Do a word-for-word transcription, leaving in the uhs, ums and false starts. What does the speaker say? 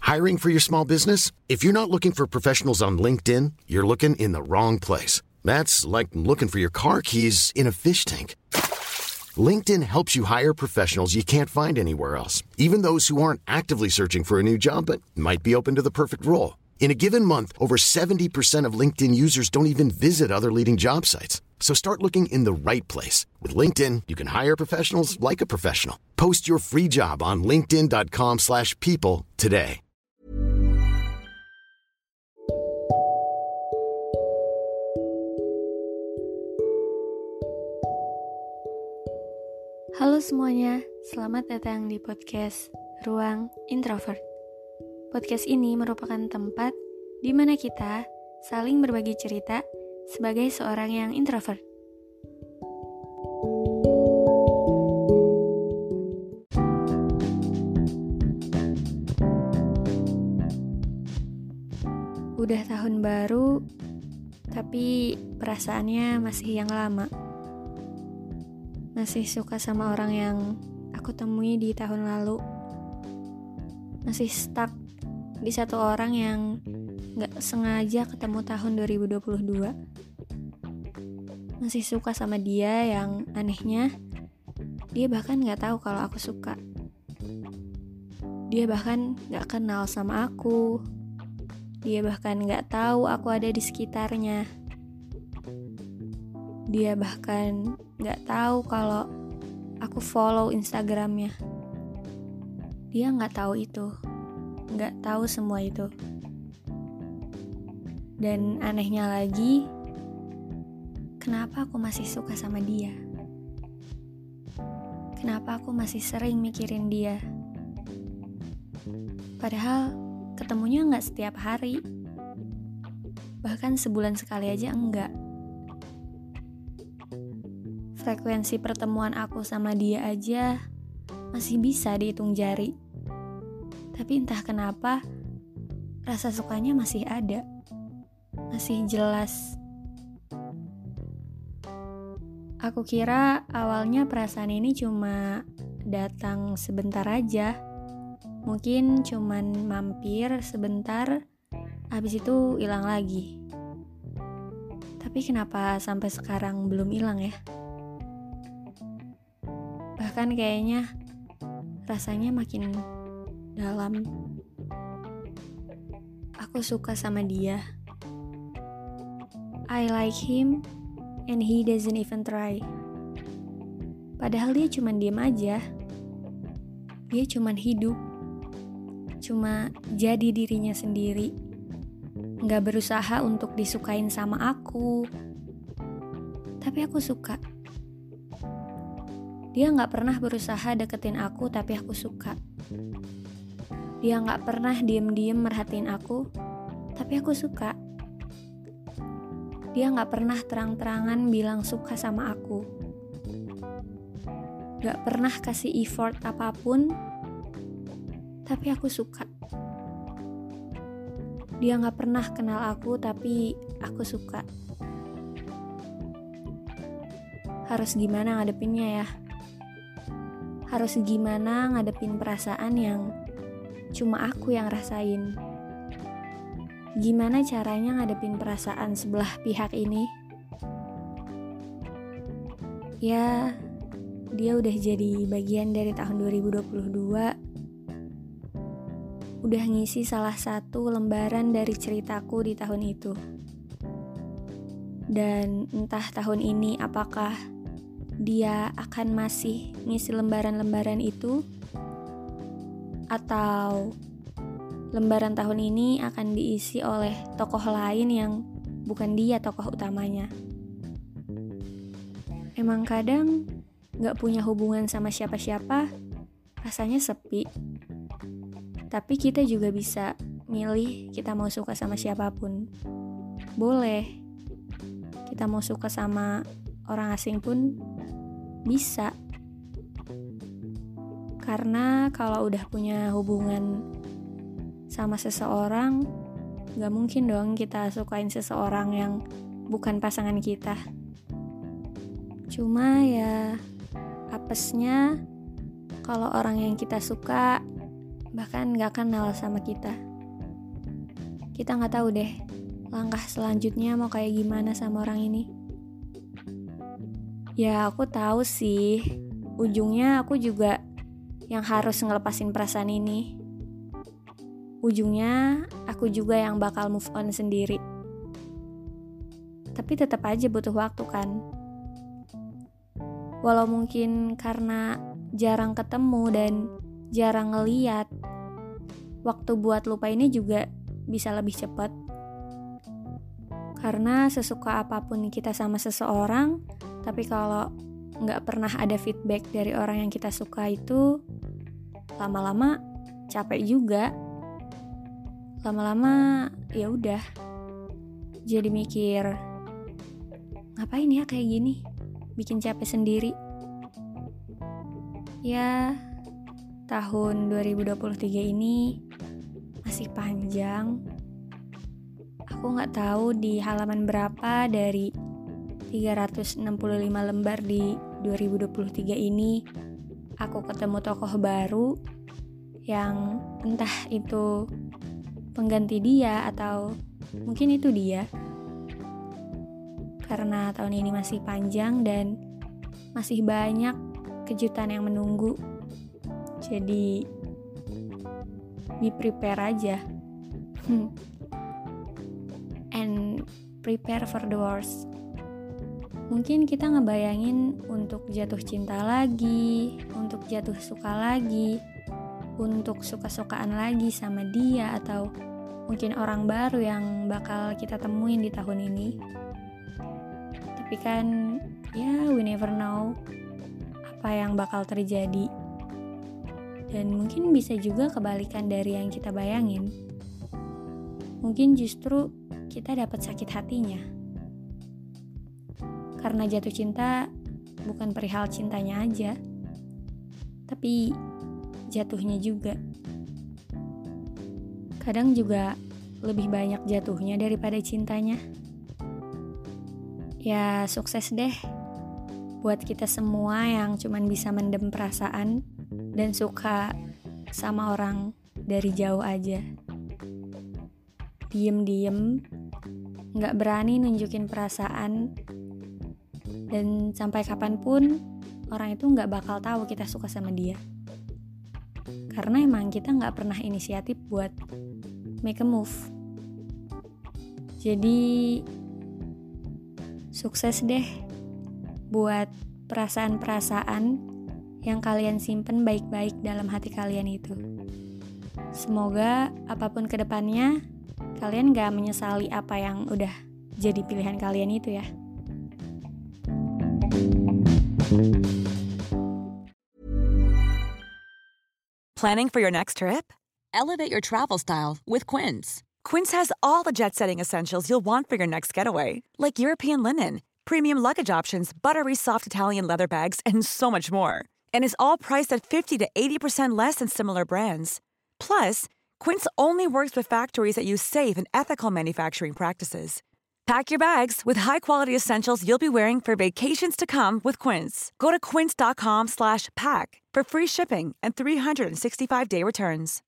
Hiring for your small business? If you're not looking for professionals on LinkedIn, you're looking in the wrong place. That's like looking for your car keys in a fish tank. LinkedIn helps you hire professionals you can't find anywhere else, even those who aren't actively searching for a new job but might be open to the perfect role. In a given month, over seventy percent of LinkedIn users don't even visit other leading job sites. So start looking in the right place. With LinkedIn, you can hire professionals like a professional. Post your free job on linkedin.com slash people today. Halo semuanya, selamat datang di podcast Ruang Introvert. Podcast ini merupakan tempat di mana kita saling berbagi cerita sebagai seorang yang introvert. Udah tahun baru, tapi perasaannya masih yang lama. Masih suka sama orang yang aku temui di tahun lalu. Masih stuck di satu orang yang gak sengaja ketemu tahun dua ribu dua puluh dua. Masih suka sama dia yang anehnya dia bahkan gak tahu kalau aku suka. Dia bahkan gak kenal sama aku. Dia bahkan gak tahu aku ada di sekitarnya. Dia bahkan gak tahu kalau aku follow Instagramnya. Dia gak tahu itu. Gak tahu semua itu. Dan anehnya lagi, kenapa aku masih suka sama dia? Kenapa aku masih sering mikirin dia? Padahal ketemunya gak setiap hari. Bahkan sebulan sekali aja enggak. Frekuensi pertemuan aku sama dia aja masih bisa dihitung jari. Tapi entah kenapa rasa sukanya masih ada. Masih jelas. Aku kira awalnya perasaan ini cuma datang sebentar aja. Mungkin cuman mampir sebentar, habis itu hilang lagi. Tapi kenapa sampai sekarang belum hilang ya? Bahkan kayaknya rasanya makin dalam. Aku suka sama dia. I like him and he doesn't even try. Padahal dia cuma diem aja. Dia cuma hidup. Cuma jadi dirinya sendiri. Gak berusaha untuk disukain sama aku. Tapi aku suka. Dia gak pernah berusaha deketin aku, tapi aku suka. Dia gak pernah diem-diem merhatiin aku, tapi aku suka. Dia gak pernah terang-terangan bilang suka sama aku. Gak pernah kasih effort apapun, tapi aku suka. Dia gak pernah kenal aku, tapi aku suka. Harus gimana ngadepinnya ya? Harus gimana ngadepin perasaan yang cuma aku yang rasain? Gimana caranya ngadepin perasaan sebelah pihak ini? Ya, dia udah jadi bagian dari tahun dua ribu dua puluh dua. Udah ngisi salah satu lembaran dari ceritaku di tahun itu. Dan entah tahun ini apakah dia akan masih ngisi lembaran-lembaran itu, atau lembaran tahun ini akan diisi oleh tokoh lain yang bukan dia tokoh utamanya. Emang kadang gak punya hubungan sama siapa-siapa rasanya sepi. Tapi kita juga bisa milih kita mau suka sama siapapun. Boleh. Kita mau suka sama orang asing pun bisa. Karena kalau udah punya hubungan sama seseorang, gak mungkin dong kita sukain seseorang yang bukan pasangan kita. Cuma ya apesnya kalau orang yang kita suka bahkan gak kenal sama kita. Kita gak tahu deh langkah selanjutnya mau kayak gimana sama orang ini. Ya aku tahu sih, ujungnya aku juga yang harus ngelepasin perasaan ini. Ujungnya aku juga yang bakal move on sendiri. Tapi tetap aja butuh waktu kan. Walau mungkin karena jarang ketemu dan jarang ngeliat, waktu buat lupa ini juga bisa lebih cepat. Karena sesuka apapun kita sama seseorang, tapi kalau nggak pernah ada feedback dari orang yang kita suka itu, lama-lama capek juga. Lama-lama ya udah, jadi mikir, ngapain ya kayak gini, bikin capek sendiri. Ya, tahun dua ribu dua puluh tiga ini masih panjang. Aku gak tahu di halaman berapa dari tiga ratus enam puluh lima lembar di dua ribu dua puluh tiga ini aku ketemu tokoh baru yang entah itu pengganti dia atau mungkin itu dia. Karena tahun ini masih panjang dan masih banyak kejutan yang menunggu. Jadi be prepare aja. And prepare for the worst. Mungkin kita ngebayangin untuk jatuh cinta lagi, untuk jatuh suka lagi, untuk suka-sukaan lagi sama dia, atau mungkin orang baru yang bakal kita temuin di tahun ini. Tapi kan, ya we never know apa yang bakal terjadi. Dan mungkin bisa juga kebalikan dari yang kita bayangin. Mungkin justru kita dapat sakit hatinya. Karena jatuh cinta bukan perihal cintanya aja, tapi jatuhnya juga. Kadang juga lebih banyak jatuhnya daripada cintanya. Ya sukses deh buat kita semua yang cuman bisa mendem perasaan dan suka sama orang dari jauh aja. Diem-diem, gak berani nunjukin perasaan, dan sampai kapanpun orang itu gak bakal tahu kita suka sama dia. Karena emang kita gak pernah inisiatif buat make a move. Jadi sukses deh buat perasaan-perasaan yang kalian simpen baik-baik dalam hati kalian itu. Semoga apapun kedepannya, kalian gak menyesali apa yang udah jadi pilihan kalian itu ya. Planning for your next trip? Elevate your travel style with Quince. Quince has all the jet-setting essentials you'll want for your next getaway, like European linen, premium luggage options, buttery soft Italian leather bags, and so much more. And is all priced at fifty to eighty percent less than similar brands. Plus, Quince only works with factories that use safe and ethical manufacturing practices. Pack your bags with high-quality essentials you'll be wearing for vacations to come with Quince. Go to quince.com slash pack for free shipping and three sixty-five day returns.